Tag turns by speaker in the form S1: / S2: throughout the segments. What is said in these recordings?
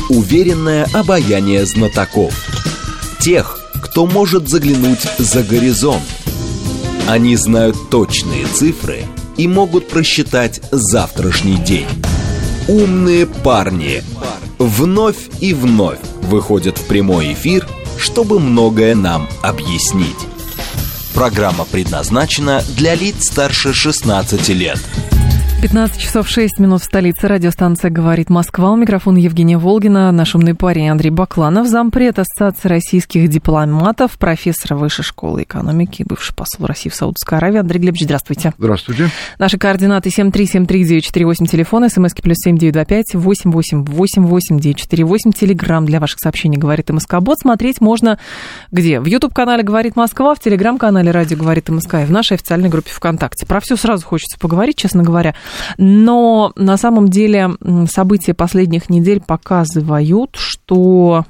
S1: Уверенное обаяние знатоков. Тех, кто может заглянуть за горизонт. Они знают точные цифры и могут просчитать завтрашний день. Умные парни вновь и вновь выходят в прямой эфир, чтобы многое нам объяснить. Программа предназначена для лиц старше 16 лет.
S2: 15 часов 6 минут в столице. Радиостанция «Говорит Москва». У микрофона Евгения Волгина. Наш умный парень Андрей Бакланов, зампред Ассоциации российских дипломатов, профессор Высшей школы экономики, бывший посол России в Саудовской Аравии. Андрей Глебович, здравствуйте.
S3: Здравствуйте.
S2: Наши координаты 7373948, телефон, смски +7 925 8888 948, телеграм для ваших сообщений «Говорит МСК-бот». Смотреть можно где? В YouTube-канале «Говорит Москва», в телеграм-канале «Радио Говорит МСК» и в нашей официальной группе ВКонтакте. Про все сразу хочется поговорить, честно говоря. Но на самом деле события последних недель показывают, что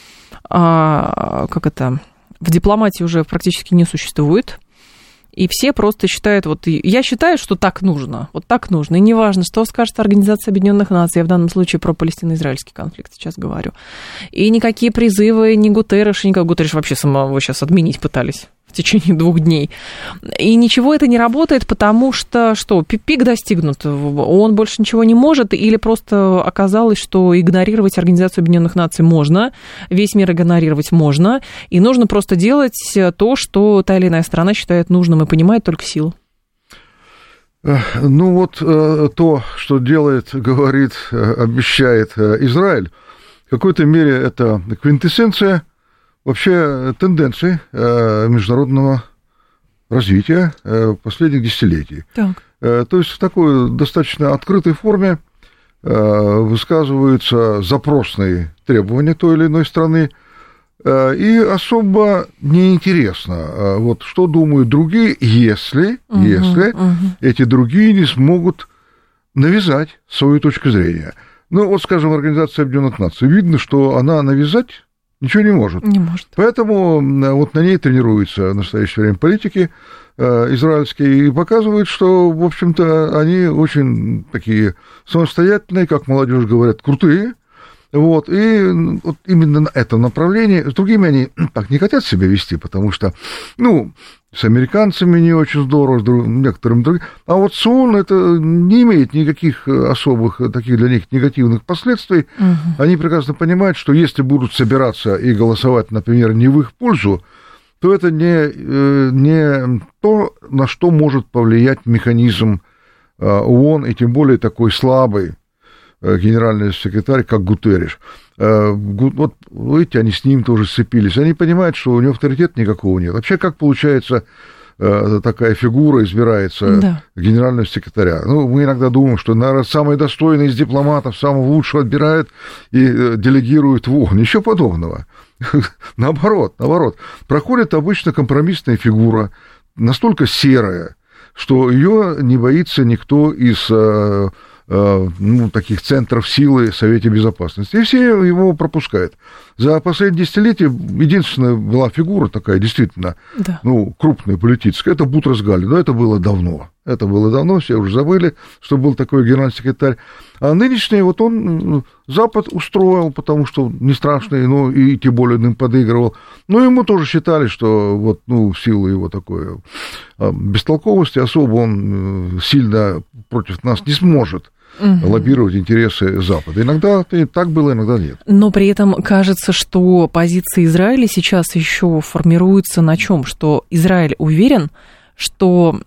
S2: в дипломатии уже практически не существует. И все просто считают, я считаю, что так нужно, вот так нужно. И неважно, что скажет Организация Объединенных Наций, я в данном случае про палестино-израильский конфликт сейчас говорю. И никакие призывы, ни Гутерреш, Гутерреш вообще самого сейчас отменить пытались в течение 2 дней. И ничего это не работает, потому что, пик достигнут, он больше ничего не может, или просто оказалось, что игнорировать Организацию Объединенных Наций можно, весь мир игнорировать можно, и нужно просто делать то, что та или иная страна считает нужным и понимает только силу.
S3: То, что делает, говорит, обещает Израиль, в какой-то мере это квинтэссенция вообще тенденции международного развития последних десятилетий. Так. То есть в такой достаточно открытой форме высказываются запросные требования той или иной страны, и особо неинтересно, что думают другие, если эти другие не смогут навязать свою точку зрения. Скажем, Организация Объединенных Наций. Видно, что она навязать ничего не может.
S2: Не может.
S3: Поэтому на ней тренируются в настоящее время политики израильские и показывают, что, в общем-то, они очень такие самостоятельные, как молодежь говорят, крутые. И именно на это направление. С другими они так не хотят себя вести, потому что, с американцами не очень здорово, с некоторыми другими. А с ООН это не имеет никаких особых таких для них негативных последствий. Они прекрасно понимают, что если будут собираться и голосовать, например, не в их пользу, то это не то, на что может повлиять механизм ООН, и тем более такой слабый генеральный секретарь, как Гутерреш. Видите, они с ним тоже сцепились. Они понимают, что у него авторитета никакого нет. Вообще, как получается, такая фигура избирается генерального секретаря? Мы иногда думаем, что, наверное, самый достойный из дипломатов, самого лучшего отбирают и делегируют в ООН. Ничего подобного. Наоборот. Проходит обычно компромиссная фигура, настолько серая, что ее не боится никто из таких центров силы в Совете Безопасности. И все его пропускают. За последние десятилетия единственная была фигура такая, действительно, крупная политическая, это Бутрос Гали. Но это было давно. Все уже забыли, что был такой генеральный секретарь. А нынешний, он Запад устроил, потому что не страшный, и тем более им подыгрывал. Но ему тоже считали, что в силу его такой бестолковости особо он сильно против нас не сможет лоббировать интересы Запада. Иногда так было, иногда нет.
S2: Но при этом кажется, что позиция Израиля сейчас еще формируется на чем? Что Израиль уверен, что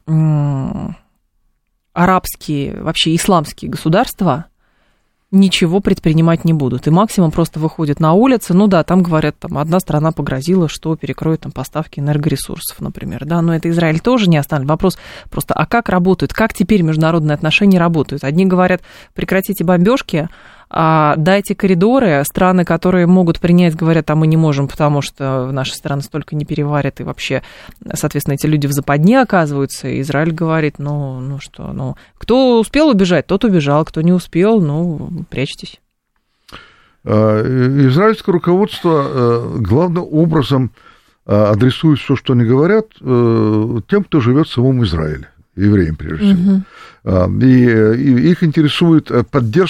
S2: арабские, вообще исламские государства ничего предпринимать не будут. И максимум просто выходят на улицы. Там говорят, одна страна погрозила, что перекроет поставки энергоресурсов, например. Но это Израиль тоже не останет. Вопрос просто, а как работают? Как теперь международные отношения работают? Одни говорят, прекратите бомбежки, дайте коридоры. Страны, которые могут принять, говорят, мы не можем, потому что наши страны столько не переварят, и вообще, соответственно, эти люди в западне оказываются. И Израиль говорит, кто успел убежать, тот убежал, кто не успел, прячьтесь.
S3: Израильское руководство главным образом адресует все, что они говорят, тем, кто живет в самом Израиле, евреям, прежде всего. И их интересует поддержка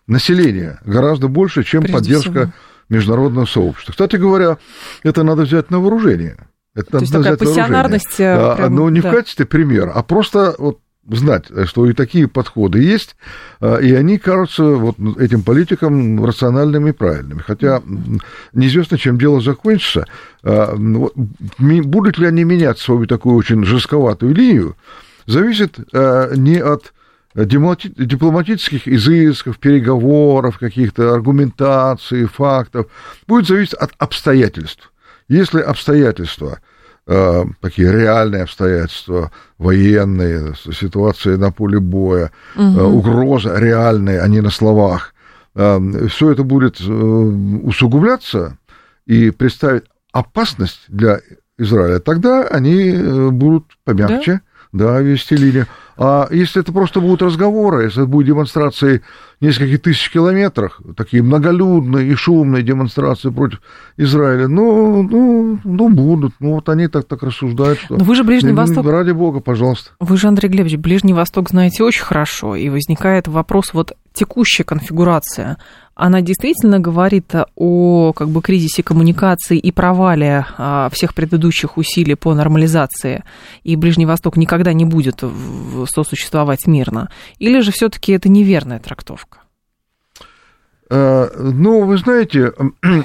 S3: населения гораздо больше, чем поддержка международного сообщества. Кстати говоря, это надо взять на вооружение. Это
S2: то есть такая пассионарность.
S3: Но не в качестве примера, а просто вот знать, что и такие подходы есть, и они кажутся вот этим политикам рациональными и правильными. Хотя неизвестно, чем дело закончится. Будут ли они менять свою такую очень жестковатую линию, зависит не от дипломатических изысков, переговоров, каких-то аргументаций, фактов. Будет зависеть от обстоятельств. Если обстоятельства, такие реальные обстоятельства, военные, ситуации на поле боя, угроза реальная, а не на словах, все это будет усугубляться и представить опасность для Израиля, тогда они будут помягче, вести линию. А если это просто будут разговоры, если это будут демонстрации в нескольких тысяч километрах, такие многолюдные и шумные демонстрации против Израиля, будут. Вот они так рассуждают, что...
S2: Но вы же Ближний Восток...
S3: Ради бога, пожалуйста.
S2: Вы же, Андрей Глебович, Ближний Восток знаете очень хорошо, и возникает вопрос, вот текущая конфигурация, она действительно говорит о кризисе коммуникации и провале всех предыдущих усилий по нормализации, и Ближний Восток никогда не будет сосуществовать мирно? Или же все-таки это неверная трактовка?
S3: Вы знаете,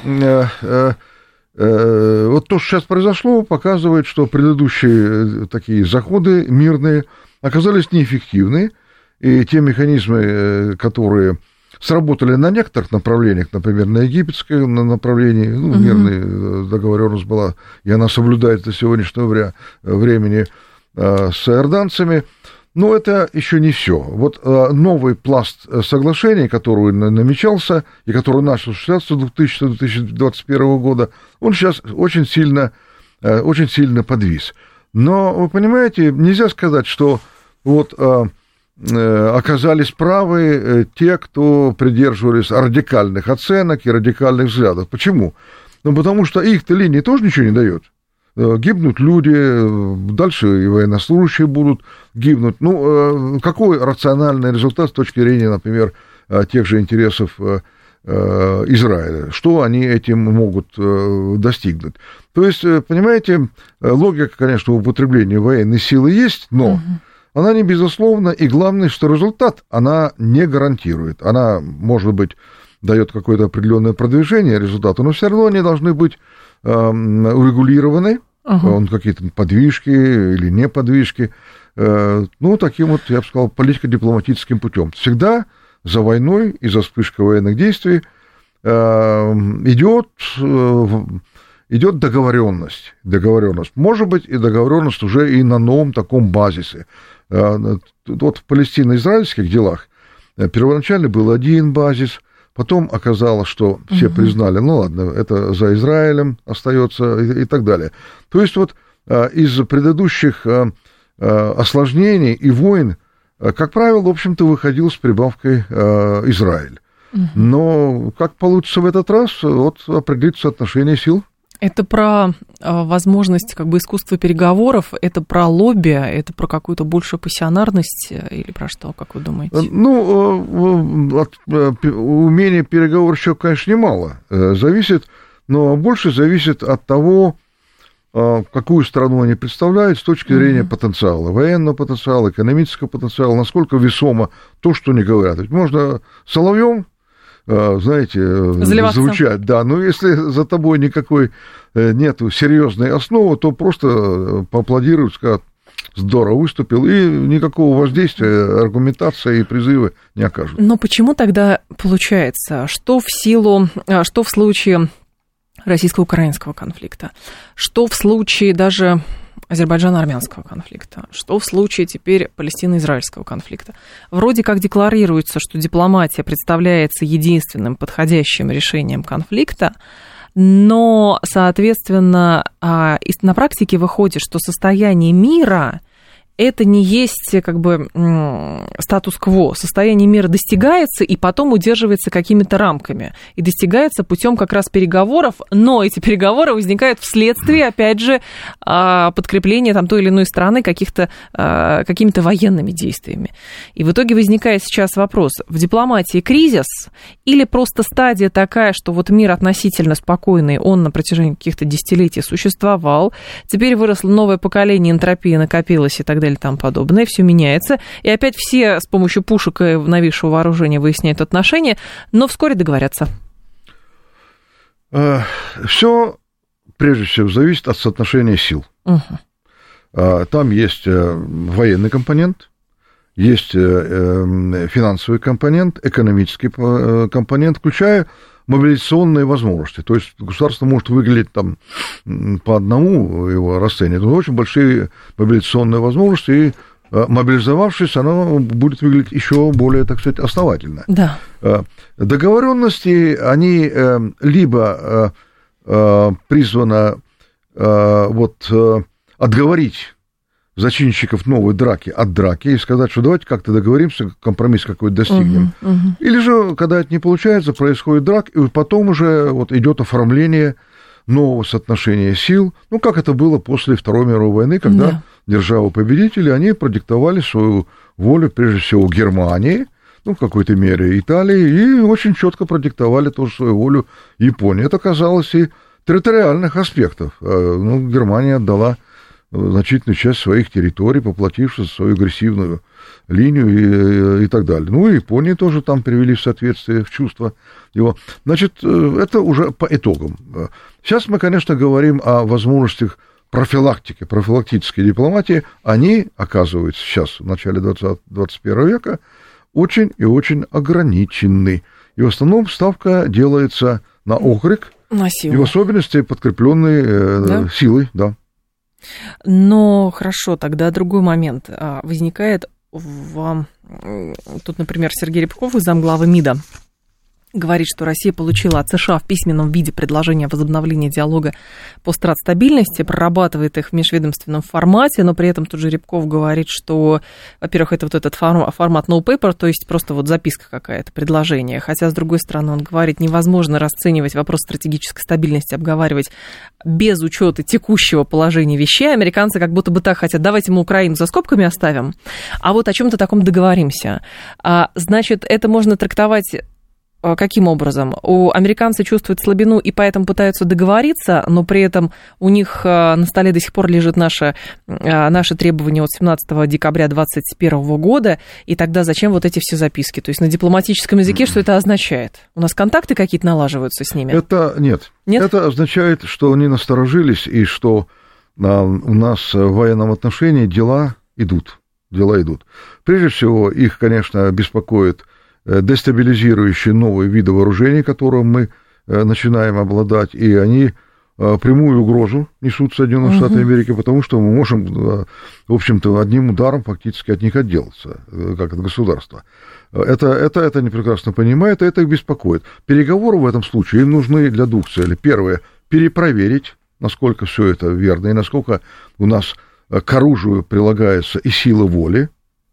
S3: вот то, что сейчас произошло, показывает, что предыдущие такие заходы мирные оказались неэффективны, и те механизмы, которые сработали на некоторых направлениях, например, на египетском направлении, мирная договоренность была, и она соблюдается до сегодняшнего времени с иорданцами, но это еще не все. Вот новый пласт соглашений, который намечался и который начал осуществляться с 2021 года, он сейчас очень сильно подвис. Но, вы понимаете, нельзя сказать, что вот оказались правы те, кто придерживались радикальных оценок и радикальных взглядов. Почему? Потому что их-то линии тоже ничего не дает. Гибнут люди, дальше и военнослужащие будут гибнуть. Какой рациональный результат с точки зрения, например, тех же интересов Израиля? Что они этим могут достигнуть? То есть, понимаете, логика, конечно, употребления военной силы есть, но она не безусловна, и главное, что результат она не гарантирует. Она, может быть, дает какое-то определенное продвижение результата, но все равно они должны быть урегулированы, какие-то подвижки или не подвижки, таким вот, я бы сказал, политико-дипломатическим путем. Всегда за войной и за вспышкой военных действий идет договоренность. Может быть, и договоренность уже и на новом таком базисе. Вот в палестино-израильских делах первоначально был один базис, потом оказалось, что все признали, это за Израилем остается и так далее. То есть вот из предыдущих осложнений и войн, как правило, в общем-то, выходил с прибавкой Израиль. Но как получится в этот раз, вот определится соотношение сил.
S2: Это про возможность искусства переговоров, это про лобби, это про какую-то большую пассионарность или про что, как вы думаете?
S3: Умения переговорщиков, конечно, немало зависит, но больше зависит от того, какую страну они представляют с точки зрения потенциала, военного потенциала, экономического потенциала, насколько весомо то, что они говорят. Ведь можно соловьем, звучать, но если за тобой никакой нету серьезной основы, то просто поаплодируют, скажут, здорово выступил, и никакого воздействия, аргументации и призывы не окажут.
S2: Но почему тогда получается, что в случае российско-украинского конфликта, что в случае даже азербайджано-армянского конфликта, что в случае теперь палестино-израильского конфликта. Вроде как декларируется, что дипломатия представляется единственным подходящим решением конфликта, но, соответственно, на практике выходит, что состояние мира это не есть как бы статус-кво. Состояние мира достигается и потом удерживается какими-то рамками. И достигается путем как раз переговоров, но эти переговоры возникают вследствие, опять же, подкрепления там той или иной страны какими-то военными действиями. И в итоге возникает сейчас вопрос, в дипломатии кризис или просто стадия такая, что вот мир относительно спокойный, он на протяжении каких-то десятилетий существовал, теперь выросло новое поколение, энтропия накопилась и так далее и тому подобное, все меняется, и опять все с помощью пушек и нависшего вооружения выясняют отношения, но вскоре договорятся.
S3: Все, прежде всего, зависит от соотношения сил. Там есть военный компонент, есть финансовый компонент, экономический компонент, включая мобилизационные возможности. То есть государство может выглядеть там по одному, его расценивать, но очень большие мобилизационные возможности, и мобилизовавшись, оно будет выглядеть еще более, так сказать, основательно.
S2: Да.
S3: Договоренности, они либо призваны отговорить зачинщиков новой драки от драки и сказать, что давайте как-то договоримся, компромисс какой-то достигнем. Или же, когда это не получается, происходит драк, и потом уже идет оформление нового соотношения сил, как это было после Второй мировой войны, когда державы-победители, они продиктовали свою волю, прежде всего, Германии, в какой-то мере Италии, и очень четко продиктовали тоже свою волю Японии. Это касалось и территориальных аспектов. Германия отдала значительную часть своих территорий, поплатившись за свою агрессивную линию и так далее. И Японии тоже там привели в соответствие, в чувство его. Значит, это уже по итогам. Сейчас мы, конечно, говорим о возможностях профилактики, профилактической дипломатии. Они, оказывается, сейчас, в начале 21 века, очень и очень ограничены. И в основном ставка делается на окрик, на силу. И в особенности подкрепленной силой, да.
S2: Но хорошо, тогда другой момент возникает. Тут, например, Сергей Рябков, замглавы МИДа, говорит, что Россия получила от США в письменном виде предложение о возобновлении диалога по стратстабильности, прорабатывает их в межведомственном формате, но при этом тут же Рябков говорит, что, во-первых, это этот формат no paper, то есть просто записка какая-то, предложение, хотя, с другой стороны, он говорит, невозможно расценивать вопрос стратегической стабильности, обговаривать без учета текущего положения вещей. Американцы как будто бы так хотят, давайте мы Украину за скобками оставим, а о чем-то таком договоримся. Значит, это можно трактовать каким образом? Американцы чувствуют слабину и поэтому пытаются договориться, но при этом у них на столе до сих пор лежит наше требование от 17 декабря 2021 года, и тогда зачем эти все записки? То есть на дипломатическом языке что это означает? У нас контакты какие-то налаживаются с ними?
S3: Нет? Это означает, что они насторожились и что у нас в военном отношении дела идут. Прежде всего, их, конечно, беспокоит дестабилизирующие новые виды вооружений, которым мы начинаем обладать, и они прямую угрозу несут Соединенным Штатам Америки, потому что мы можем, в общем-то, одним ударом фактически от них отделаться, как от государства. Это они прекрасно понимают, и это их беспокоит. Переговоры в этом случае им нужны для двух целей. Первое – перепроверить, насколько все это верно, и насколько у нас к оружию прилагается и сила воли,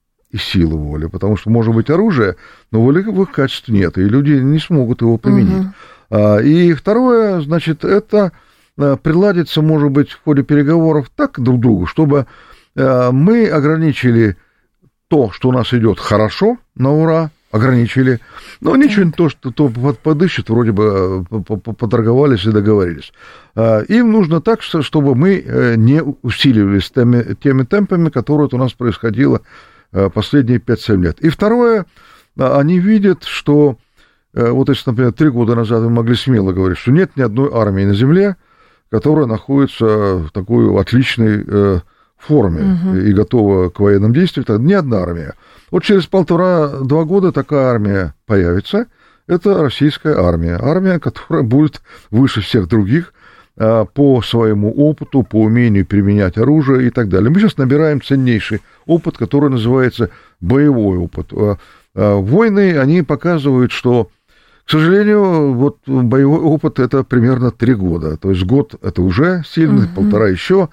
S3: потому что может быть оружие, но воли в их качестве нет, и люди не смогут его применить. И второе, значит, это приладится, может быть, в ходе переговоров так друг к другу, чтобы мы ограничили то, что у нас идет хорошо, на ура, ограничили, но ничего не то, что подыщет, вроде бы поторговались и договорились. Им нужно так, чтобы мы не усиливались теми темпами, которые у нас происходило последние 5-7 лет. И второе, они видят, что, если, например, 3 года назад мы могли смело говорить, что нет ни одной армии на земле, которая находится в такой отличной форме и готова к военным действиям, ни одна армия. Через 1,5-2 года такая армия появится, это российская армия, которая будет выше всех других по своему опыту, по умению применять оружие и так далее. Мы сейчас набираем ценнейший опыт, который называется боевой опыт. Войны, они показывают, что, к сожалению, боевой опыт – это примерно 3 года. То есть год – это уже сильно, 1,5 еще.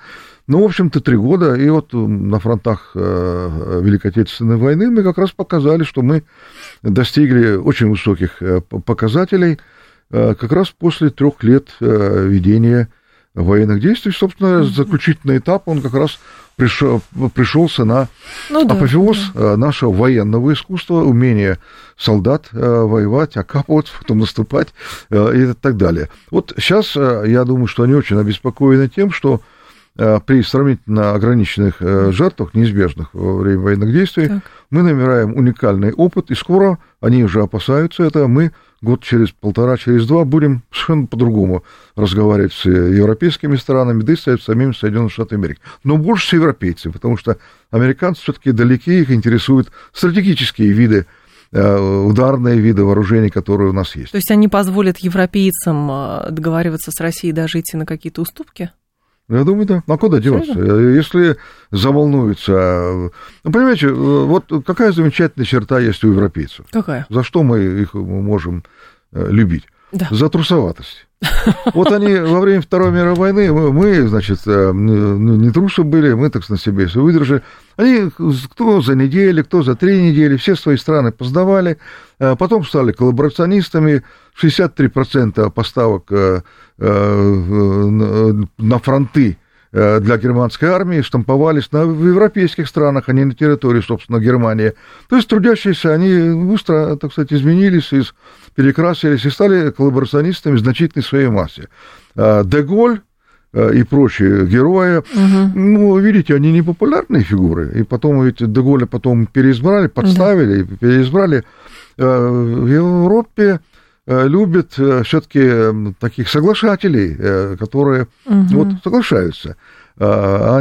S3: Ну, в общем-то, 3 года, и вот на фронтах Великой Отечественной войны мы как раз показали, что мы достигли очень высоких показателей как раз после 3 лет ведения военных действий. Собственно, заключительный этап, он как раз пришелся на апофеоз нашего военного искусства, умения солдат воевать, окапываться, потом наступать и так далее. Вот сейчас, я думаю, что они очень обеспокоены тем, что при сравнительно ограниченных жертвах, неизбежных во время военных действий, мы набираем уникальный опыт, и скоро они уже опасаются этого, мы год через 1,5, через 2 будем совершенно по-другому разговаривать с европейскими странами, да и с самими Соединенными Штатами Америки. Но больше с европейцами, потому что американцы все-таки далеки, их интересуют стратегические виды, ударные виды вооружений, которые у нас есть.
S2: То есть они позволят европейцам договариваться с Россией, даже идти на какие-то уступки?
S3: Я думаю, да. А куда деваться? Если заволнуются... Ну, понимаете, вот какая замечательная черта есть у европейцев.
S2: Какая?
S3: За что мы их можем любить?
S2: Да.
S3: За трусоватость. Вот они во время Второй мировой войны, мы, значит, не трусы были, мы так на себе все выдержали. Они кто за неделю, кто за 3 недели, все свои страны поздавали, потом стали коллаборационистами, 63% поставок на фронты для германской армии штамповались в европейских странах, а не на территории, собственно, Германии. То есть трудящиеся, они быстро, так сказать, изменились, перекрасились и стали коллаборационистами в значительной своей массе. Де Голль и прочие герои, ну, видите, они не популярные фигуры, и потом ведь Де Голля потом переизбрали, подставили, переизбрали. В Европе любят все-таки таких соглашателей, которые вот соглашаются, а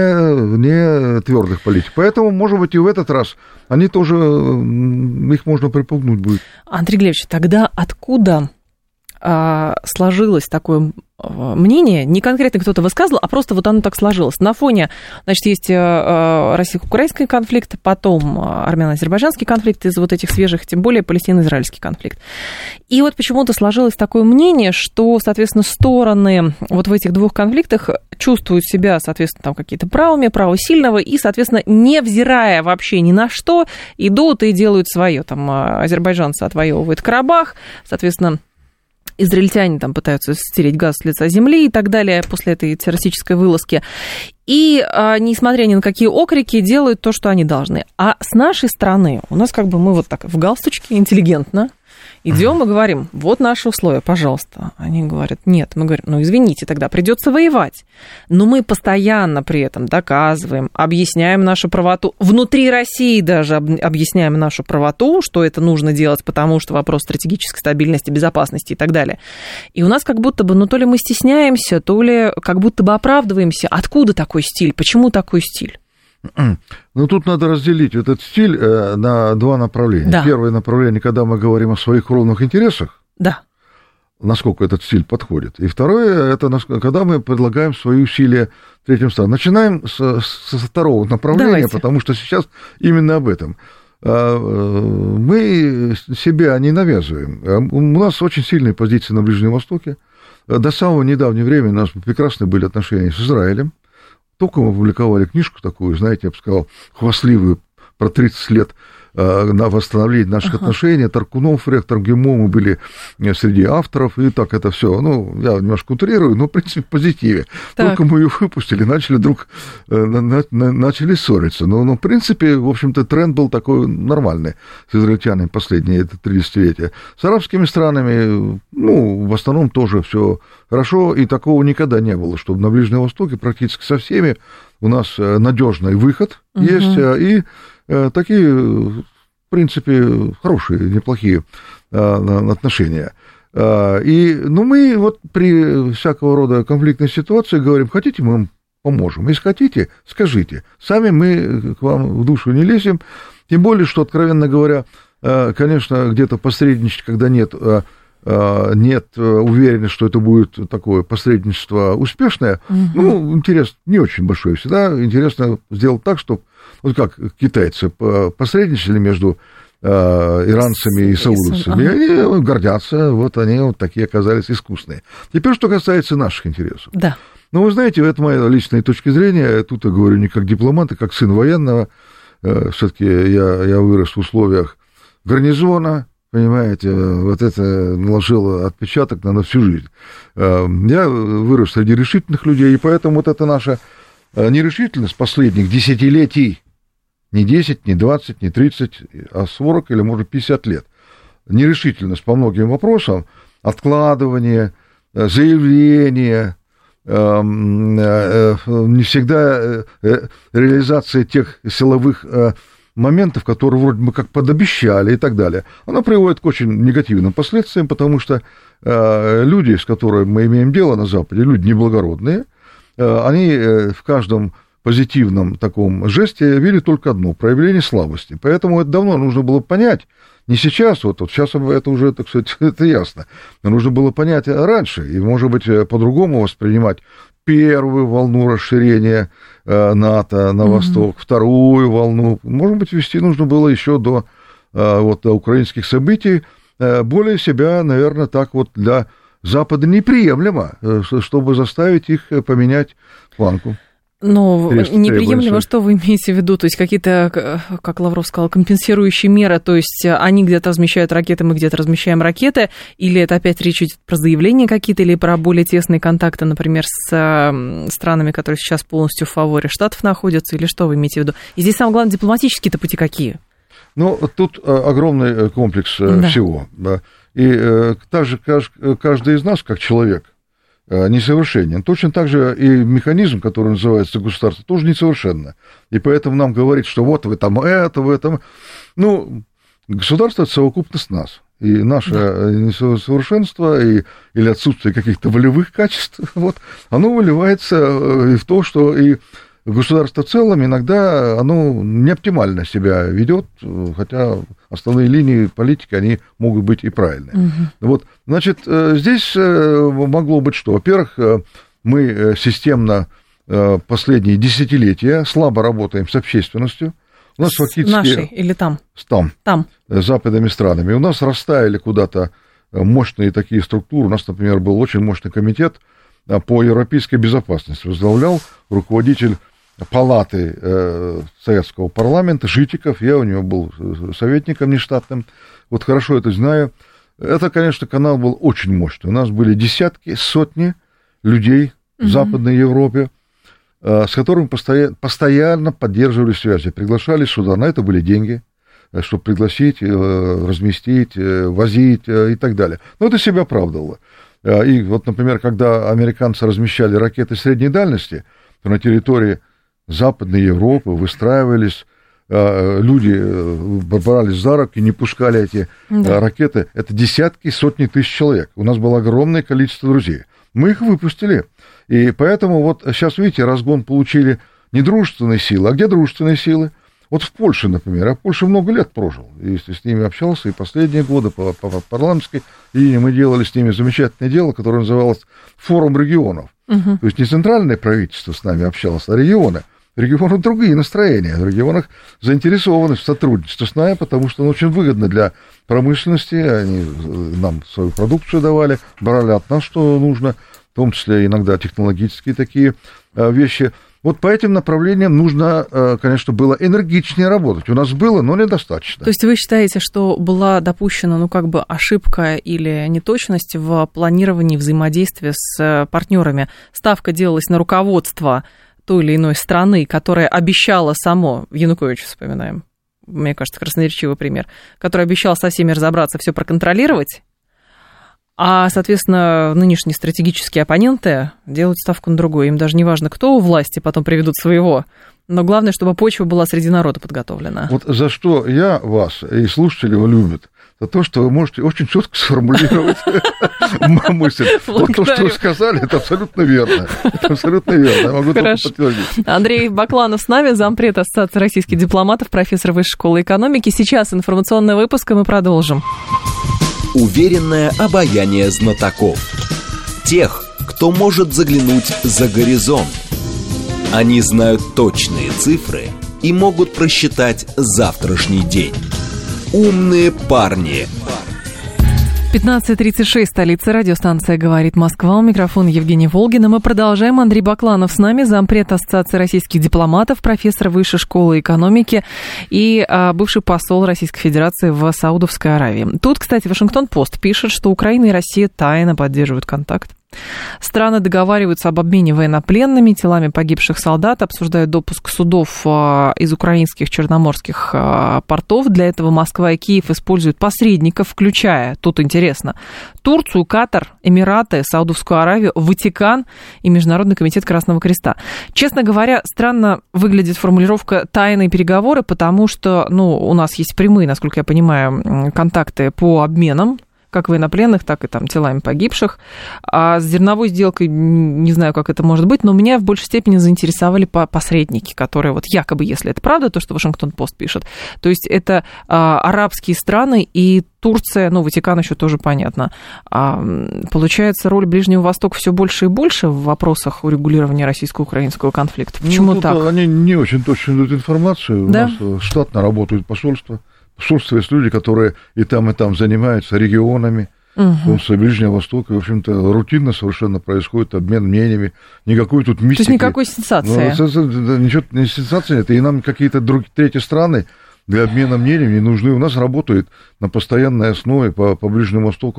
S3: не твердых политиков. Поэтому, может быть, и в этот раз они тоже, их можно припугнуть будет.
S2: Андрей Глебович, тогда откуда сложилось такое мнение, не конкретно кто-то высказывал, а просто вот оно так сложилось. На фоне, значит, есть российско-украинский конфликт, потом армяно-азербайджанский конфликт, из вот этих свежих, тем более палестино-израильский конфликт. И вот почему-то сложилось такое мнение, что, соответственно, стороны вот в этих 2 конфликтах чувствуют себя, соответственно, там какие-то правыми, право сильного, и, соответственно, невзирая вообще ни на что, идут и делают свое. Там азербайджанцы отвоевывают Карабах, соответственно, израильтяне там пытаются стереть газ с лица земли и так далее после этой террористической вылазки. И, несмотря ни на какие окрики, делают то, что они должны. А с нашей стороны, у нас как бы мы вот так в галстучке интеллигентно идем и говорим, вот наши условия, пожалуйста. Они говорят, нет. Мы говорим, ну, извините, тогда придется воевать. Но мы постоянно при этом доказываем, объясняем нашу правоту. Внутри России даже объясняем нашу правоту, что это нужно делать, потому что вопрос стратегической стабильности, безопасности и так далее. И у нас как будто бы, ну, то ли мы стесняемся, то ли как будто бы оправдываемся. Откуда такой стиль? Почему такой стиль?
S3: Ну, тут надо разделить этот стиль на 2 направления. Да. Первое направление, когда мы говорим о своих кровных интересах,
S2: да,
S3: насколько этот стиль подходит. И второе, это когда мы предлагаем свои усилия третьим странам. Начинаем со 2 направления, давайте, потому что сейчас именно об этом. Мы себя не навязываем. У нас очень сильные позиции на Ближнем Востоке. До самого недавнего времени у нас прекрасные были отношения с Израилем. Только мы опубликовали книжку такую, знаете, я бы сказал, хвастливую, про 30 лет на восстановление наших отношений. Таркунов, ректор ГИМО, мы были среди авторов, и так это все. Ну, я немножко утрирую, но, в принципе, в позитиве. Так. Только мы ее выпустили, начали ссориться. Но, в принципе, в общем-то, тренд был такой нормальный с израильтянами последние 30-летия. С арабскими странами, ну, в основном тоже все хорошо, и такого никогда не было, чтобы на Ближнем Востоке практически со всеми у нас надежный выход есть, и такие, в принципе, хорошие, неплохие отношения. Ну, мы вот при всякого рода конфликтной ситуации говорим, хотите, мы вам поможем. Если хотите, скажите. Сами мы к вам в душу не лезем. Тем более, что, откровенно говоря, конечно, где-то посредничать, когда нет уверенности, что это будет такое посредничество успешное, ну, интерес не очень большой всегда. Интересно сделать так, чтобы, вот как китайцы посредничали между иранцами и саудовцами, и они гордятся, вот они вот такие оказались искусные. Теперь, что касается наших интересов.
S2: Да.
S3: Но вы знаете, это моя личная точка зрения. Тут я говорю не как дипломат, а как сын военного. Все-таки я вырос в условиях гарнизона, понимаете, вот это наложило отпечаток на всю жизнь. Я вырос среди решительных людей, и поэтому вот эта наша нерешительность последних десятилетий, не 10, не 20, не 30, а 40 или, может, 50 лет, нерешительность по многим вопросам, откладывание, заявление, не всегда реализация тех силовых моментов, которые вроде бы как подобещали и так далее, она приводит к очень негативным последствиям, потому что люди, с которыми мы имеем дело на Западе, люди неблагородные, они в каждом позитивном таком жесте видят только одно – проявление слабости. Поэтому это давно нужно было понять, не сейчас, вот сейчас это уже, так сказать, это ясно, но нужно было понять раньше, и, может быть, по-другому воспринимать первую волну расширения НАТО на восток, вторую волну, может быть, вести нужно было еще до украинских событий, более себя, наверное, так вот для Запада неприемлемо, чтобы заставить их поменять планку.
S2: Но неприемлемо, что вы имеете в виду? То есть какие-то, как Лавров сказал, компенсирующие меры, то есть они где-то размещают ракеты, мы где-то размещаем ракеты, или это опять речь идет про заявления какие-то, или про более тесные контакты, например, с странами, которые сейчас полностью в фаворе Штатов находятся, или что вы имеете в виду? И здесь самое главное, дипломатические-то пути какие? Ну, тут огромный комплекс всего. Да. И также каждый из нас, как человек, несовершенен. Точно так же и механизм, который называется государство, тоже несовершенно. И поэтому нам говорит, что вот вы там это, в этом. Ну, государство – это совокупность нас. И наше несовершенство или отсутствие каких-то волевых качеств, вот, оно выливается и в то, что и государство в целом иногда оно не оптимально себя ведет, хотя основные линии политики, они могут быть и правильные. Вот, значит, здесь могло быть что? Во-первых, мы системно последние десятилетия слабо работаем с общественностью. У нас фактически... Нашей или там? Там. Западными странами. У нас растаяли куда-то мощные такие структуры. У нас, например, был очень мощный комитет по европейской безопасности. Возглавлял руководитель палаты советского парламента Житиков, я у него был советником нештатным, вот хорошо это знаю. Это, конечно, канал был очень мощный. У нас были десятки, сотни людей в Западной Европе, с которыми постоянно поддерживали связи, приглашали сюда, на это были деньги, чтобы пригласить, разместить, возить и так далее. Но это себя оправдывало. И вот, например, когда американцы размещали ракеты средней дальности, то на территории Западной Европы выстраивались, люди брались за руки, не пускали эти ракеты. Это десятки, сотни тысяч человек. У нас было огромное количество друзей. Мы их выпустили. И поэтому вот сейчас, видите, разгон получили не дружественные силы. А где дружественные силы? Вот в Польше, например. Я в Польше много лет прожил. Если с ними общался, и последние годы по парламентской линии мы делали с ними замечательное дело, которое называлось «Форум регионов». То есть не центральное правительство с нами общалось, а регионы. В регионах другие настроения, в регионах заинтересованность в сотрудничестве с нами, потому что оно очень выгодно для промышленности, они нам свою продукцию давали, брали от нас, что нужно, в том числе иногда технологические такие вещи. Вот по этим направлениям нужно, конечно, было энергичнее работать. У нас было, но недостаточно. То есть вы считаете, что была допущена, ошибка или неточность в планировании взаимодействия с партнерами? Ставка делалась на руководство той или иной страны, которая обещала само, Януковича вспоминаем, мне кажется, красноречивый пример, которая обещала со всеми разобраться, все проконтролировать, а, соответственно, нынешние стратегические оппоненты делают ставку на другое. Им даже не важно, кто у власти потом приведут своего, но главное, чтобы почва была среди народа подготовлена.
S3: Вот за что я вас и слушатели его любят, за то, что вы можете очень четко сформулировать мысль. Вот то, что вы сказали, это абсолютно верно. Это абсолютно верно. Я могу только подтвердить.
S2: Андрей Бакланов с нами, зампред Ассоциации российских дипломатов, профессор Высшей школы экономики. Сейчас информационный выпуск, и мы продолжим.
S1: Уверенное обаяние знатоков. Тех, кто может заглянуть за горизонт. Они знают точные цифры и могут просчитать завтрашний день. Умные парни.
S2: 15:36, столица, радиостанция «Говорит Москва». У микрофона Евгения Волгина. Мы продолжаем. Андрей Бакланов с нами, зампред Ассоциации российских дипломатов, профессор Высшей школы экономики и бывший посол Российской Федерации в Саудовской Аравии. Тут, кстати, Вашингтон-Пост пишет, что Украина и Россия тайно поддерживают контакт. Страны договариваются об обмене военнопленными, телами погибших солдат, обсуждают допуск судов из украинских черноморских портов. Для этого Москва и Киев используют посредников, включая, тут интересно, Турцию, Катар, Эмираты, Саудовскую Аравию, Ватикан и Международный комитет Красного Креста. Честно говоря, странно выглядит формулировка «тайные переговоры», потому что, у нас есть прямые, насколько я понимаю, контакты по обменам, как военнопленных, так и там телами погибших. А с зерновой сделкой не знаю, как это может быть, но меня в большей степени заинтересовали посредники, которые вот якобы, если это правда, то, что Вашингтон-Пост пишет, то есть это арабские страны и Турция, Ватикан еще тоже понятно. Получается, роль Ближнего Востока все больше и больше в вопросах урегулирования российско-украинского конфликта. Почему так?
S3: Они не очень точно дают информацию.
S2: Да?
S3: У нас штатно работают посольства. В посольстве есть люди, которые и там занимаются регионами, в том числе Ближнего Востока. В общем-то, рутинно совершенно происходит обмен мнениями. Никакой тут мистики.
S2: То есть никакой сенсации?
S3: Ничего, не сенсации нет. И нам какие-то третьи страны для обмена мнениями не нужны. У нас работает на постоянной основе по Ближнему Востоку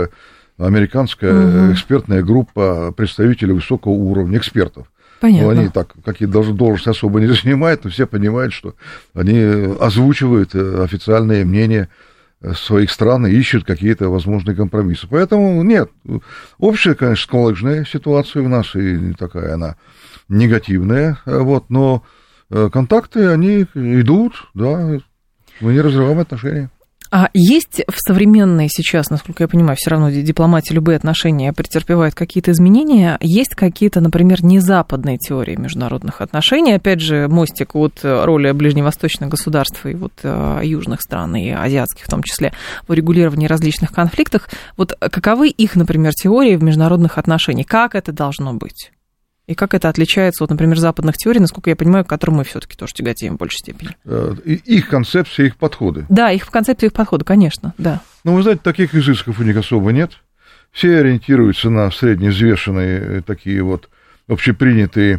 S3: российско-американская экспертная группа представителей высокого уровня, экспертов.
S2: Понятно.
S3: Они так, какие должности особо не занимают, но все понимают, что они озвучивают официальные мнения своих стран и ищут какие-то возможные компромиссы. Поэтому нет, общая, конечно, сколочная ситуация у нас, и такая она негативная, но контакты, они идут, да, мы не разрываем отношения.
S2: А есть в современной сейчас, насколько я понимаю, все равно дипломатии любые отношения претерпевают какие-то изменения? Есть какие-то, например, незападные теории международных отношений? Опять же, мостик от роли ближневосточных государств и южных стран, и азиатских в том числе, в урегулировании различных конфликтов. Вот каковы их, например, теории в международных отношениях? Как это должно быть? И как это отличается от, например, западных теорий, насколько я понимаю, к которым мы все-таки тоже тяготеем в большей степени?
S3: Их концепции, их подходы.
S2: Да, их концепции, их подходы, конечно, да.
S3: Но вы знаете, таких изысков у них особо нет. Все ориентируются на средневзвешенные такие вот общепринятые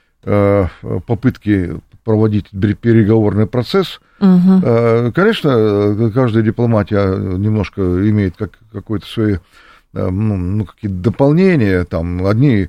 S3: попытки проводить переговорный процесс. Угу. Конечно, каждая дипломатия немножко имеет какое-то свои какие-то дополнения. Там одни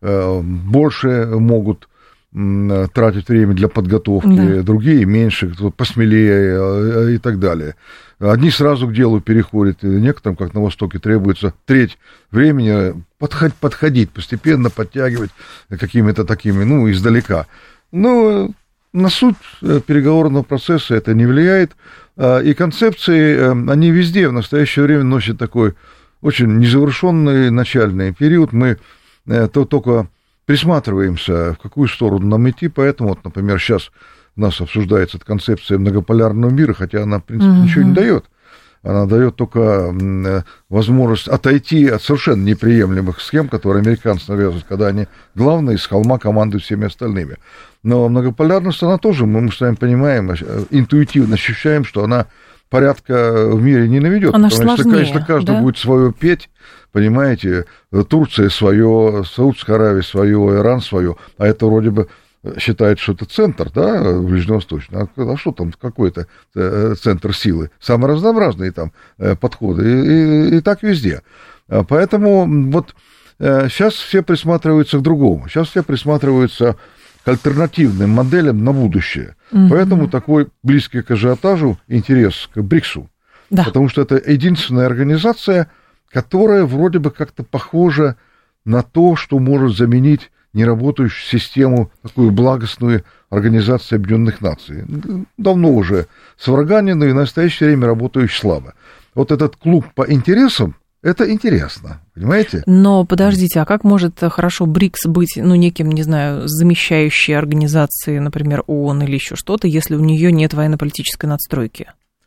S3: больше могут тратить время для подготовки, другие меньше, кто посмелее и так далее. Одни сразу к делу переходят, некоторым, как на Востоке, требуется треть времени подходить, постепенно подтягивать какими-то такими, издалека. Но на суть переговорного процесса это не влияет, и концепции, они везде в настоящее время носят такой очень незавершенный начальный период. Мы только присматриваемся, в какую сторону нам идти, поэтому, например, сейчас у нас обсуждается концепция многополярного мира, хотя она, в принципе, ничего не дает. Она дает только возможность отойти от совершенно неприемлемых схем, которые американцы навязывают, когда они главные, с холма командуют всеми остальными. Но многополярность, она тоже, мы с вами понимаем, интуитивно ощущаем, что она порядка в мире не наведет.
S2: Она
S3: потому что, конечно, каждый будет свое петь, понимаете, Турция свое, Саудовская Аравия свое, Иран свое, а это вроде бы считает, что это центр, да, ближневосточный. А что там, какой-то центр силы? Самые разнообразные там подходы, и так везде. Поэтому вот сейчас все присматриваются к другому. Сейчас все присматриваются к альтернативным моделям на будущее. Поэтому такой близкий к ажиотажу интерес к БРИКСу. Да. Потому что это единственная организация, которая вроде бы как-то похожа на то, что может заменить неработающую систему, такую благостную Организацию Объединенных Наций. Давно уже сварганенную и в настоящее время работающую слабо. Вот этот клуб по интересам, это интересно, понимаете?
S2: Но подождите, а как может хорошо БРИКС быть, неким, не знаю, замещающей организацией, например, ООН или еще что-то, если у нее нет военно-политической надстройки?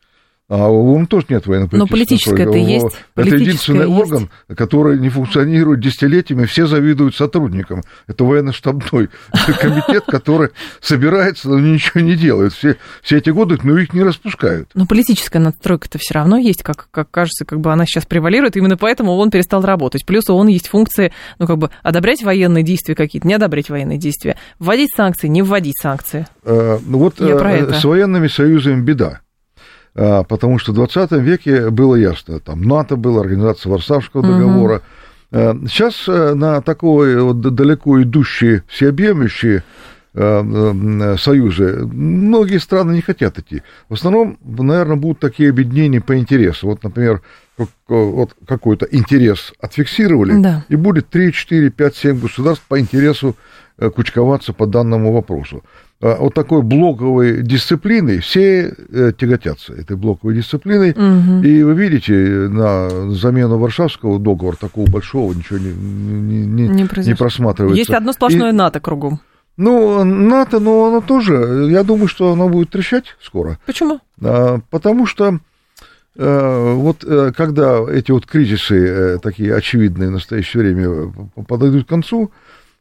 S3: А у ООН тоже нет военно-политического.
S2: Но политическое это есть.
S3: Это единственный орган, который не функционирует десятилетиями, все завидуют сотрудникам. Это военно-штабной комитет, который собирается, но ничего не делает. Все эти годы, но их не распускают.
S2: Но политическая надстройка-то все равно есть, как кажется, как бы она сейчас превалирует, именно поэтому ООН перестал работать. Плюс у ООН есть функции, ну, как бы, одобрять военные действия какие-то, не одобрять военные действия, вводить санкции, не вводить санкции.
S3: Вот с военными союзами беда. Потому что в 20 веке было ясно, там НАТО было, Организация Варшавского договора. Сейчас на такой вот далеко идущие, всеобъемлющие союзы многие страны не хотят идти. В основном, наверное, будут такие объединения по интересу. Вот, например, вот какой-то интерес отфиксировали, да. И будет 3, 4, 5, 7 государств по интересу кучковаться по данному вопросу. Вот такой блоковой дисциплиной все тяготятся этой блоковой дисциплиной. Угу. И вы видите, на замену Варшавского договора такого большого ничего не просматривается.
S2: Есть одно сплошное НАТО кругом.
S3: Ну, НАТО, но оно тоже, я думаю, что оно будет трещать скоро.
S2: Почему?
S3: Потому что вот когда эти вот кризисы такие очевидные в настоящее время подойдут к концу,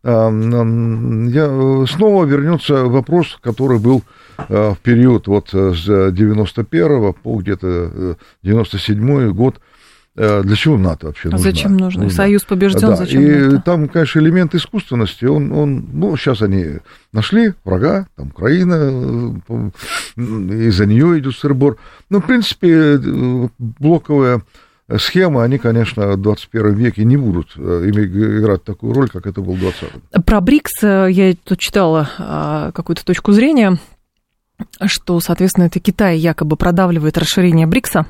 S3: снова вернется вопрос, который был в период вот с 91 по где-то 97 год. Для чего НАТО вообще нужно?
S2: Зачем нужно? Союз побежден, да. Зачем
S3: НАТО? И там, конечно, элемент искусственности, ну, сейчас они нашли врага, там Украина, из-за нее идет сыр-бор. Ну, в принципе, блоковая схемы, они, конечно, в 21 веке не будут играть такую роль, как это было в 20-м.
S2: Про БРИКС я тут читала какую-то точку зрения, что, соответственно, это Китай якобы продавливает расширение БРИКСа,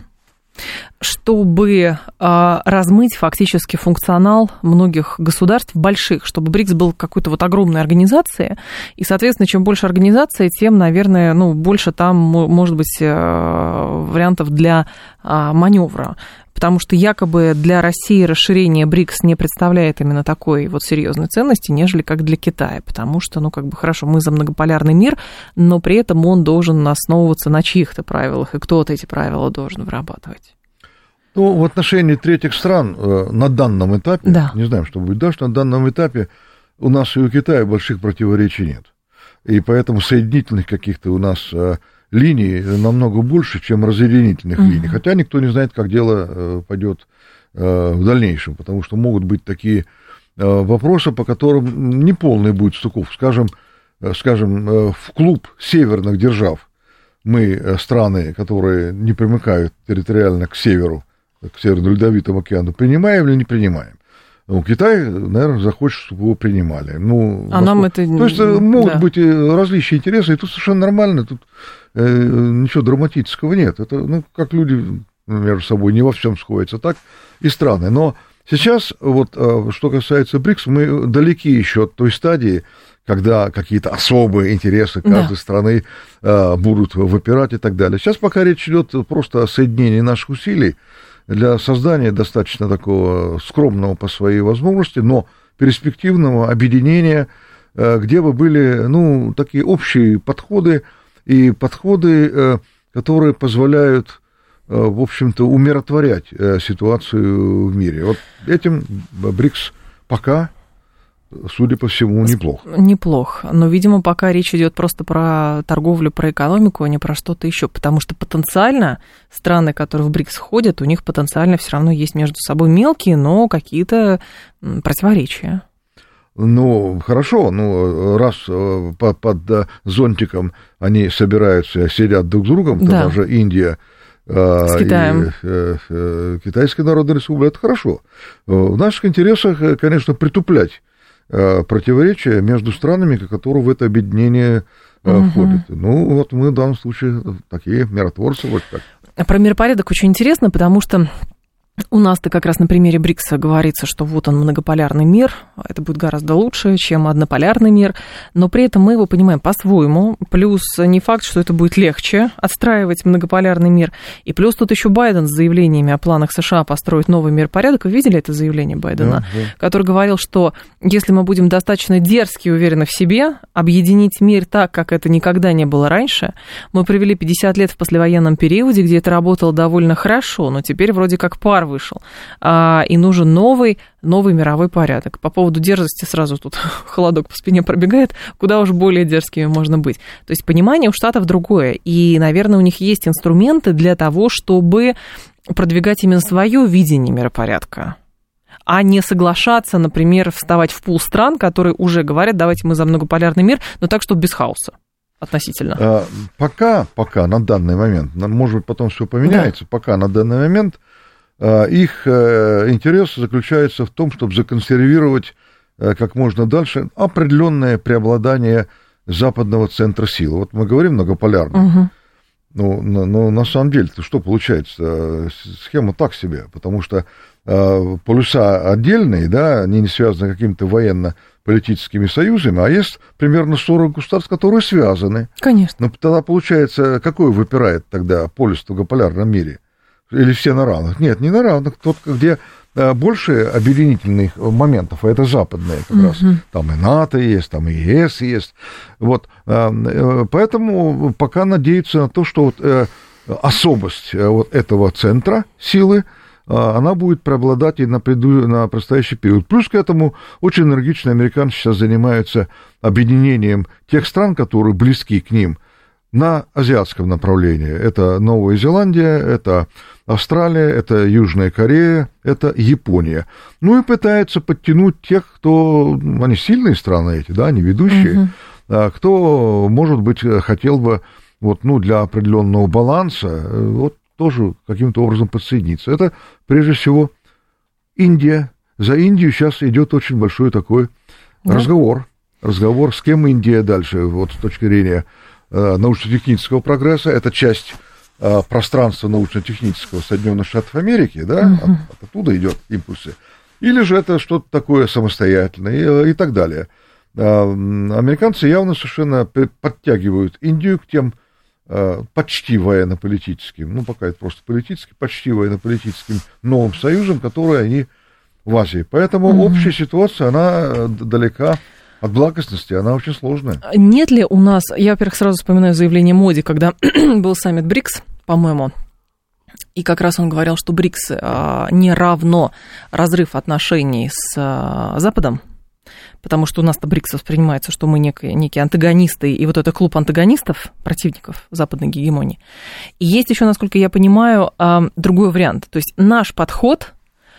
S2: чтобы размыть фактически функционал многих государств больших, чтобы БРИКС был какой-то вот огромной организацией, и, соответственно, чем больше организация, тем, наверное, ну, больше там может быть вариантов для маневра. Потому что якобы для России расширение БРИКС не представляет именно такой вот серьезной ценности, нежели как для Китая. Потому что, ну, как бы хорошо, мы за многополярный мир, но при этом он должен основываться на чьих-то правилах, и кто-то эти правила должен вырабатывать.
S3: Ну, в отношении третьих стран на данном этапе, да. Не знаем, что будет дальше, на данном этапе у нас и у Китая больших противоречий нет. И поэтому соединительных каких-то у нас линий намного больше, чем разъединительных линий. Хотя никто не знает, как дело пойдет в дальнейшем, потому что могут быть такие вопросы, по которым неполный будет стыков. Скажем, в клуб северных держав мы, страны, которые не примыкают территориально к северу, к Северно-Ледовитому океану, принимаем или не принимаем? Ну, Китай, наверное, захочет, чтобы его принимали. Ну,
S2: нам это...
S3: То есть могут быть различные интересы, и тут совершенно нормально, тут ничего драматического нет. Это, ну, как люди между собой не во всем сходятся, так и страны. Но сейчас, вот, что касается БРИКС, мы далеки еще от той стадии, когда какие-то особые интересы каждой страны будут выпирать и так далее. Сейчас пока речь идет просто о соединении наших усилий для создания достаточно такого скромного по своей возможности, но перспективного объединения, где бы были, ну, такие общие подходы, и подходы, которые позволяют, в общем-то, умиротворять ситуацию в мире. Вот этим БРИКС пока, судя по всему, неплох.
S2: Неплох. Но, видимо, пока речь идет просто про торговлю, про экономику, а не про что-то еще. Потому что потенциально страны, которые в БРИКС входят, у них потенциально все равно есть между собой мелкие, но какие-то противоречия.
S3: Ну, хорошо, ну, раз под зонтиком они собираются, сидят друг с другом, там же Индия
S2: с Китаем.
S3: И Китайская Народная Республика, это хорошо. В наших интересах, конечно, притуплять противоречия между странами, которые в это объединение входят. Ну, вот мы в данном случае такие миротворцы, вот как.
S2: Про миропорядок очень интересно, потому что У нас-то как раз на примере БРИКСа говорится, что вот он многополярный мир, это будет гораздо лучше, чем однополярный мир, но при этом мы его понимаем по-своему, плюс не факт, что это будет легче отстраивать многополярный мир, и плюс тут еще Байден с заявлениями о планах США построить новый мирпорядок. Вы видели это заявление Байдена, который говорил, что если мы будем достаточно дерзки и уверены в себе, объединить мир так, как это никогда не было раньше, мы провели 50 лет в послевоенном периоде, где это работало довольно хорошо, но теперь вроде как пар вышел, и нужен новый мировой порядок. По поводу дерзости сразу тут холодок по спине пробегает, куда уж более дерзкими можно быть. То есть понимание у Штатов другое, и, наверное, у них есть инструменты для того, чтобы продвигать именно свое видение миропорядка, а не соглашаться, например, вставать в пул стран, которые уже говорят, давайте мы за многополярный мир, но так, чтобы без хаоса. Относительно.
S3: Пока на данный момент, может быть, потом все поменяется, пока на данный момент их интерес заключается в том, чтобы законсервировать как можно дальше определенное преобладание западного центра силы. Вот мы говорим многополярно. Но на самом деле, что получается? Схема так себе, потому что полюса отдельные, да, они не связаны какими-то военно-политическими союзами, а есть примерно 40 государств, которые связаны.
S2: Конечно.
S3: Но тогда получается, какой выпирает тогда полюс в многополярном мире? Или все на равных? Нет, не на равных. Тот, где больше объединительных моментов, а это западные как раз. Там и НАТО есть, там и ЕС есть. Вот. Поэтому пока надеются на то, что вот особость вот этого центра силы, она будет преобладать и на предстоящий период. Плюс к этому очень энергично американцы сейчас занимаются объединением тех стран, которые близки к ним, на азиатском направлении. Это Новая Зеландия, это Австралия, это Южная Корея, это Япония. Ну и пытаются подтянуть тех, кто... Они сильные страны эти, да, они ведущие. Кто, может быть, хотел бы вот, ну, для определенного баланса вот, тоже каким-то образом подсоединиться. Это, прежде всего, Индия. За Индию сейчас идет очень большой такой разговор. Разговор, с кем Индия дальше, вот с точки зрения научно-технического прогресса. Это часть пространства научно-технического Соединенных Штатов Америки, да, оттуда идет импульсы. Или же это что-то такое самостоятельное и так далее. Американцы явно совершенно подтягивают Индию к тем почти военно-политическим, ну, пока это просто политически, почти военно-политическим новым союзам, которые они в Азии. Поэтому общая ситуация, она далека от благостности, она очень сложная.
S2: Нет ли у нас, я, во-первых, сразу вспоминаю заявление Моди, когда был саммит БРИКС, по-моему, и как раз он говорил, что БРИКС не равно разрыв отношений с Западом, потому что у нас-то БРИКС воспринимается, что мы некие антагонисты, и вот это клуб антагонистов, противников западной гегемонии. И есть еще, насколько я понимаю, другой вариант. То есть наш подход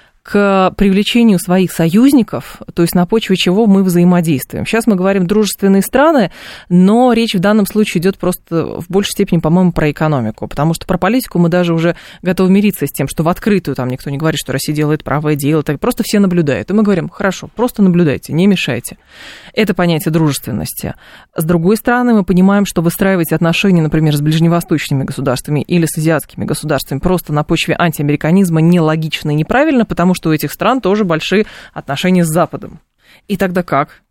S2: к привлечению своих союзников, то есть на почве чего мы взаимодействуем. Сейчас мы говорим дружественные страны, но речь в данном случае идет просто в большей степени, по-моему, про экономику, потому что про политику мы даже уже готовы мириться с тем, что в открытую там никто не говорит, что Россия делает правое дело, так просто все наблюдают. И мы говорим, хорошо, просто наблюдайте, не мешайте. Это понятие дружественности. С другой стороны, мы понимаем, что выстраивать отношения, например, с ближневосточными государствами или с азиатскими государствами просто на почве антиамериканизма нелогично и неправильно, потому что у этих стран тоже большие отношения с Западом. И тогда как?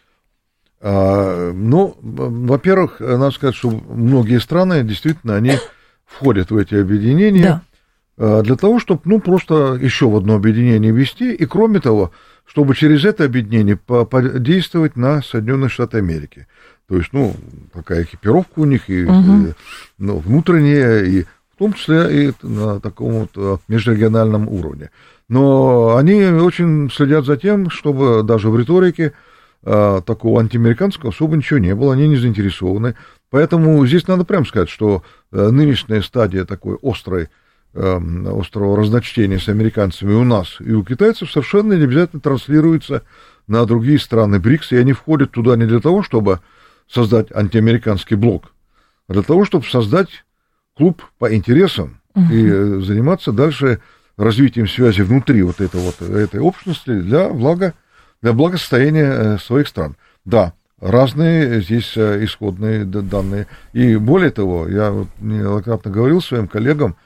S3: Ну, во-первых, надо сказать, что многие страны, действительно, они входят в эти объединения для того, чтобы, ну, просто еще в одно объединение ввести, и, кроме того, чтобы через это объединение подействовать на Соединенные Штаты Америки. То есть, ну, такая экипировка у них, и ну, внутренняя, и в том числе и на таком вот межрегиональном уровне. Но они очень следят за тем, чтобы даже в риторике такого антиамериканского особо ничего не было, они не заинтересованы. Поэтому здесь надо прямо сказать, что нынешняя стадия такой острого разночтения с американцами у нас и у китайцев совершенно не обязательно транслируется на другие страны БРИКС, и они входят туда не для того, чтобы создать антиамериканский блок, а для того, чтобы создать клуб по интересам и заниматься дальше развитием связи внутри вот этой общности для благосостояния своих стран. Да, разные здесь исходные данные. И более того, я неоднократно говорил своим коллегам,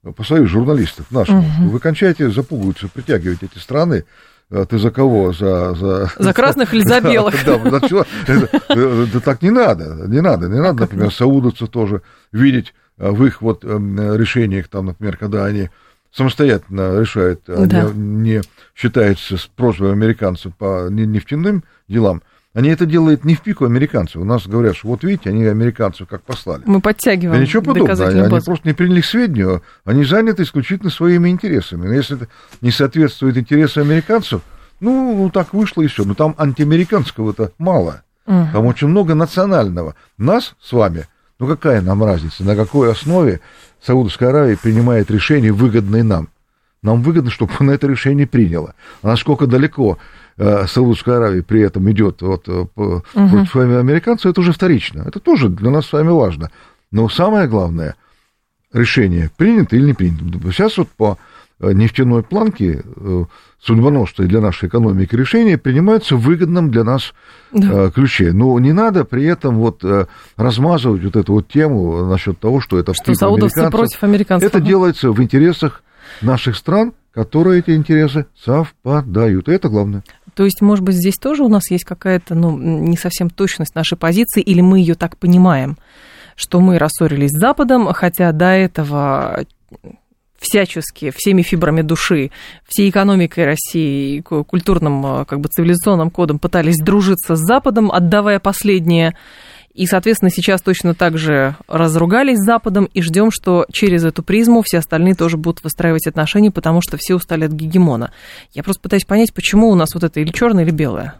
S3: по союзу журналистов наших. Вы кончаете, запугиваются, притягиваете эти страны. Ты за кого?
S2: За красных или за белых?
S3: Да так не надо. Не надо, например, саудовцев тоже видеть в их вот решениях, там, например, когда они самостоятельно решают, не считаются с просьбой американцев по нефтяным делам. Они это делают не в пику американцев. У нас говорят, что вот видите, они американцев как послали.
S2: Мы подтягиваем.
S3: Да ничего подобного. Они просто не приняли к сведению. Они заняты исключительно своими интересами. Но если это не соответствует интересам американцев, ну так вышло и все. Но там антиамериканского-то мало. Там очень много национального. Нас с вами, ну какая нам разница, на какой основе Саудовская Аравия принимает решение, выгодное нам? Нам выгодно, чтобы она это решение приняла. А насколько далеко Саудовская Аравия при этом идет против американцев, это уже вторично. Это тоже для нас с вами важно. Но самое главное, решение принято или не принято. Сейчас вот по нефтяной планке судьбоносное для нашей экономики решение принимается в выгодном для нас ключе. Но не надо при этом вот размазывать вот эту вот тему насчет того, что это
S2: что саудовцы против американцев.
S3: Это делается в интересах наших стран, которые эти интересы совпадают. И это главное.
S2: То есть, может быть, здесь тоже у нас есть какая-то, не совсем точность нашей позиции, или мы ее так понимаем, что мы рассорились с Западом, хотя до этого всячески, всеми фибрами души, всей экономикой России, культурным, как бы цивилизационным кодом пытались дружиться с Западом, отдавая последнее. И, соответственно, сейчас точно так же разругались с Западом и ждем, что через эту призму все остальные тоже будут выстраивать отношения, потому что все устали от гегемона. Я просто пытаюсь понять, почему у нас вот это или черное, или белое.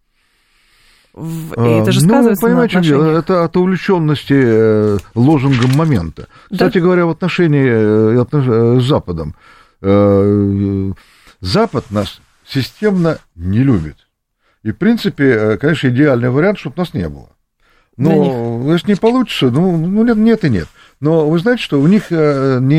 S2: И это же сказывается на отношениях.
S3: Это от увлеченности лозунгом момента. Кстати говоря, в отношении с Западом. Запад нас системно не любит. И, в принципе, конечно, идеальный вариант, чтобы нас не было. Но если не получится, нет и нет. Но вы знаете, что у них не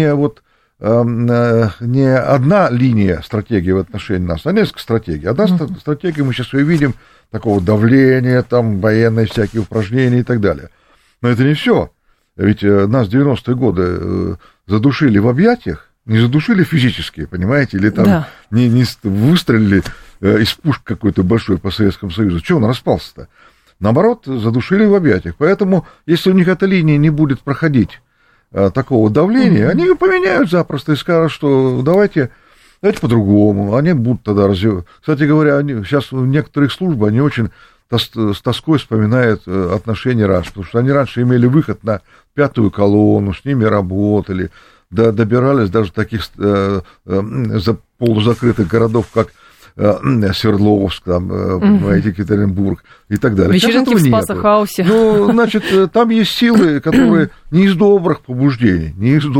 S3: одна линия стратегии в отношении нас, а несколько стратегий. Одна стратегия, мы сейчас ее видим, такого давления, там, военные всякие упражнения и так далее. Но это не все. Ведь нас в 90-е годы задушили в объятиях, не задушили физически, понимаете, или там не выстрелили из пушки какой-то большой по Советскому Союзу. Чего он распался-то? Наоборот, задушили в объятиях. Поэтому, если у них эта линия не будет проходить такого давления, они ее поменяют запросто и скажут, что давайте по-другому. Они будут тогда развивать. Кстати говоря, сейчас в некоторых службах они очень с тоской вспоминают отношения раньше, потому что они раньше имели выход на пятую колонну, с ними работали, добирались даже таких полузакрытых городов, как Свердловск, там, понимаете, Екатеринбург и так далее.
S2: Вечеринки в Спасо-хаусе.
S3: Ну, значит, там есть силы, которые не из добрых побуждений,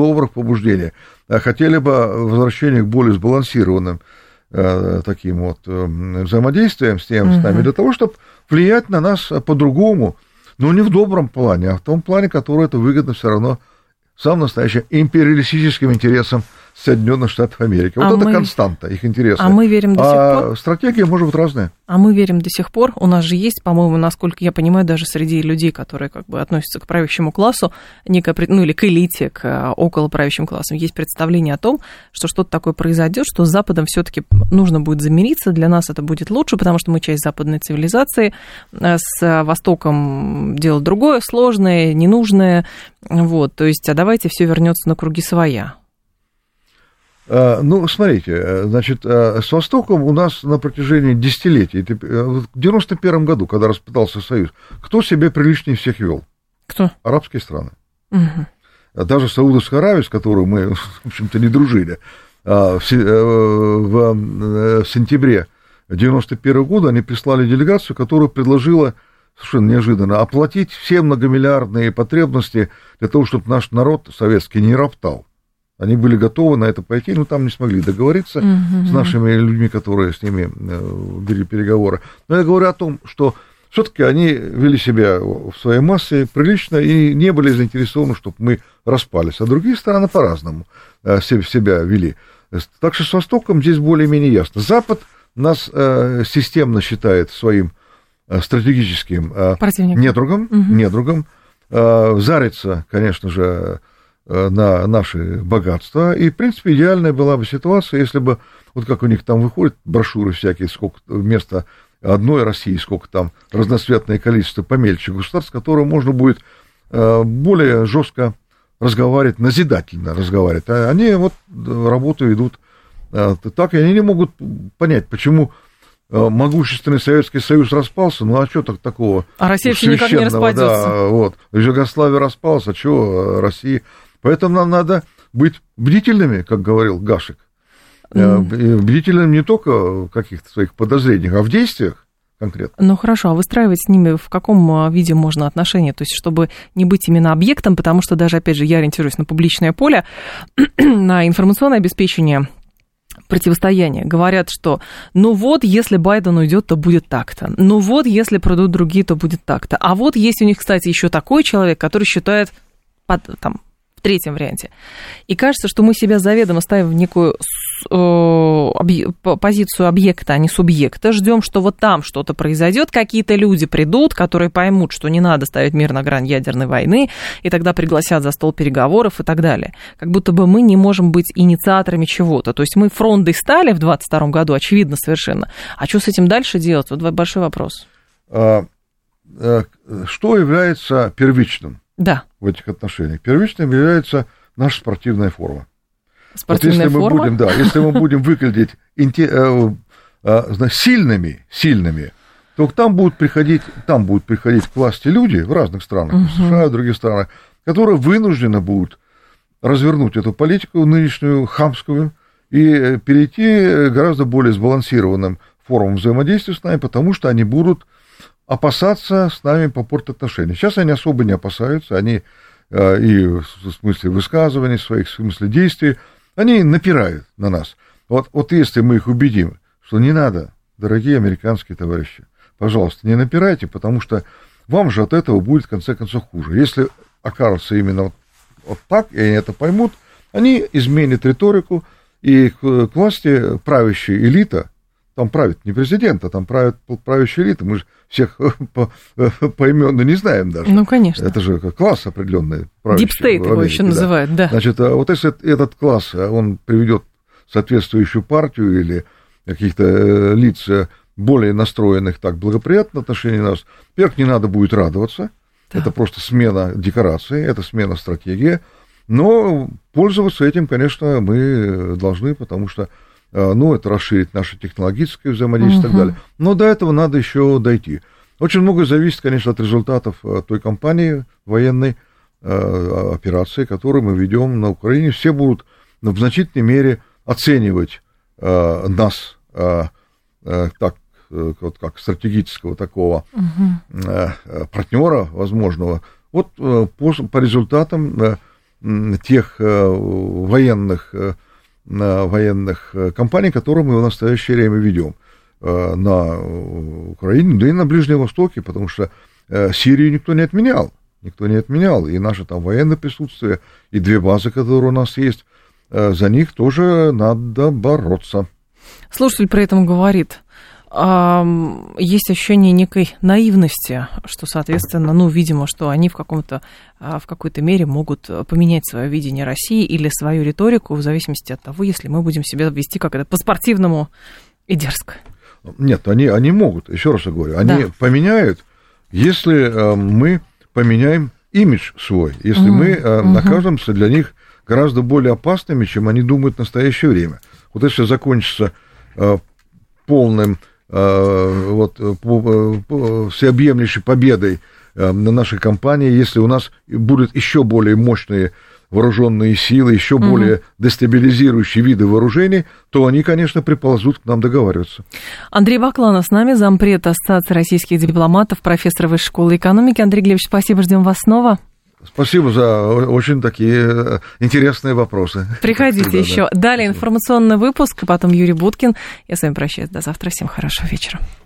S3: а хотели бы возвращения к более сбалансированным таким вот взаимодействием с нами, для того, чтобы влиять на нас по-другому, но не в добром плане, а в том плане, который это выгодно все равно самым настоящим империалистическим интересам Соединенных Штатов Америки. Вот это константа их интереса.
S2: А мы верим до сих пор.
S3: Стратегия может быть разная.
S2: А мы верим до сих пор. У нас же есть, по-моему, насколько я понимаю, даже среди людей, которые как бы относятся к правящему классу, некое, или к элите, к около правящим классам, есть представление о том, что что-то такое произойдет, что с Западом все-таки нужно будет замириться. Для нас это будет лучше, потому что мы часть западной цивилизации. С Востоком дело другое, сложное, ненужное. Вот, то есть, а давайте все вернется на круги своя.
S3: Ну, смотрите, значит, с Востоком у нас на протяжении десятилетий, в 91 году, когда распадался Союз, кто себя приличнее всех вел?
S2: Кто?
S3: Арабские страны. Даже Саудовская Аравия, с которой мы, в общем-то, не дружили, в сентябре 91 года они прислали делегацию, которая предложила совершенно неожиданно оплатить все многомиллиардные потребности для того, чтобы наш народ советский не роптал. Они были готовы на это пойти, но там не смогли договориться с нашими людьми, которые с ними вели переговоры. Но я говорю о том, что все-таки они вели себя в своей массе прилично и не были заинтересованы, чтобы мы распались. А другие страны по-разному себя вели. Так что с Востоком здесь более-менее ясно. Запад нас системно считает своим стратегическим недругом. Зарится, конечно же, на наши богатства. И, в принципе, идеальная была бы ситуация, если бы, вот как у них там выходят брошюры всякие, сколько вместо одной России, сколько там разноцветное количество помельче государств, с которым можно будет более жестко разговаривать, назидательно разговаривать. А они вот работу ведут так, и они не могут понять, почему могущественный Советский Союз распался, ну а что такого?
S2: А Россия все никак не распадется.
S3: Да, вот. Югославия распалась, а чего Россия? Поэтому нам надо быть бдительными, как говорил Гашек. Бдительным не только в каких-то своих подозрениях, а в действиях конкретно.
S2: Ну хорошо, а выстраивать с ними в каком виде можно отношения? То есть, чтобы не быть именно объектом, потому что даже, опять же, я ориентируюсь на публичное поле, на информационное обеспечение противостояние. Говорят, что ну вот, если Байден уйдет, то будет так-то. Ну вот, если придут другие, то будет так-то. А вот есть у них, кстати, еще такой человек, который считает там, в третьем варианте. И кажется, что мы себя заведомо ставим в некую позицию объекта, а не субъекта. Ждем, что вот там что-то произойдет, какие-то люди придут, которые поймут, что не надо ставить мир на грань ядерной войны, и тогда пригласят за стол переговоров и так далее. Как будто бы мы не можем быть инициаторами чего-то. То есть мы фронтой стали в 2022 году, очевидно совершенно. А что с этим дальше делать? Вот большой вопрос.
S3: Что является первичным?
S2: Да.
S3: В этих отношениях? Первичным является наша спортивная форма.
S2: Спортивная форма?
S3: Если мы будем выглядеть сильными, то там будут приходить к власти люди в разных странах, в США и в других странах, которые вынуждены будут развернуть эту политику нынешнюю, хамскую, и перейти к гораздо более сбалансированным формам взаимодействия с нами, потому что они будут опасаться с нами попортить отношения. Сейчас они особо не опасаются, они и в смысле высказываний своих, в смысле действий, они напирают на нас. Вот если мы их убедим, что не надо, дорогие американские товарищи, пожалуйста, не напирайте, потому что вам же от этого будет в конце концов хуже. Если окажется именно вот так, и они это поймут, они изменят риторику, и к власти правящая элита, там правит не президент, а там правит правящая элита. Мы же всех поименно не знаем даже.
S2: Ну, конечно.
S3: Это же класс определенный.
S2: Дипстейт его еще называют, да.
S3: Значит, вот если этот класс, он приведет соответствующую партию или каких-то лиц более настроенных так благоприятно в отношении нас, во-первых, не надо будет радоваться. Да. Это просто смена декорации, это смена стратегии. Но пользоваться этим, конечно, мы должны, потому что это расширит наше технологическое взаимодействие и так далее. Но до этого надо еще дойти. Очень многое зависит, конечно, от результатов той кампании военной операции, которую мы ведем на Украине. Все будут в значительной мере оценивать нас так, вот как стратегического такого партнера возможного. Вот по результатам тех военных кампаний, которые мы в настоящее время ведем на Украине, да и на Ближнем Востоке, потому что Сирию никто не отменял, и наше там военное присутствие, и 2 базы, которые у нас есть, за них тоже надо бороться.
S2: Слушатель при этом говорит, есть ощущение некой наивности, что, соответственно, видимо, что они в какой-то мере могут поменять свое видение России или свою риторику в зависимости от того, если мы будем себя вести как это по-спортивному и дерзко.
S3: Нет, они могут, еще раз говорю, они поменяют, если мы поменяем имидж свой, если мы окажемся для них гораздо более опасными, чем они думают в настоящее время. Вот если закончится полным всеобъемлющей победой на нашей кампании, если у нас будут еще более мощные вооруженные силы, еще более дестабилизирующие виды вооружений, то они, конечно, приползут к нам договариваться.
S2: Андрей Бакланов с нами, зампред Ассоциации российских дипломатов, профессор Высшей школы экономики. Андрей Глебович, спасибо, ждем вас снова.
S3: Спасибо за очень такие интересные вопросы.
S2: Приходите еще. Далее информационный выпуск, потом Юрий Буткин. Я с вами прощаюсь до завтра. Всем хорошего вечера.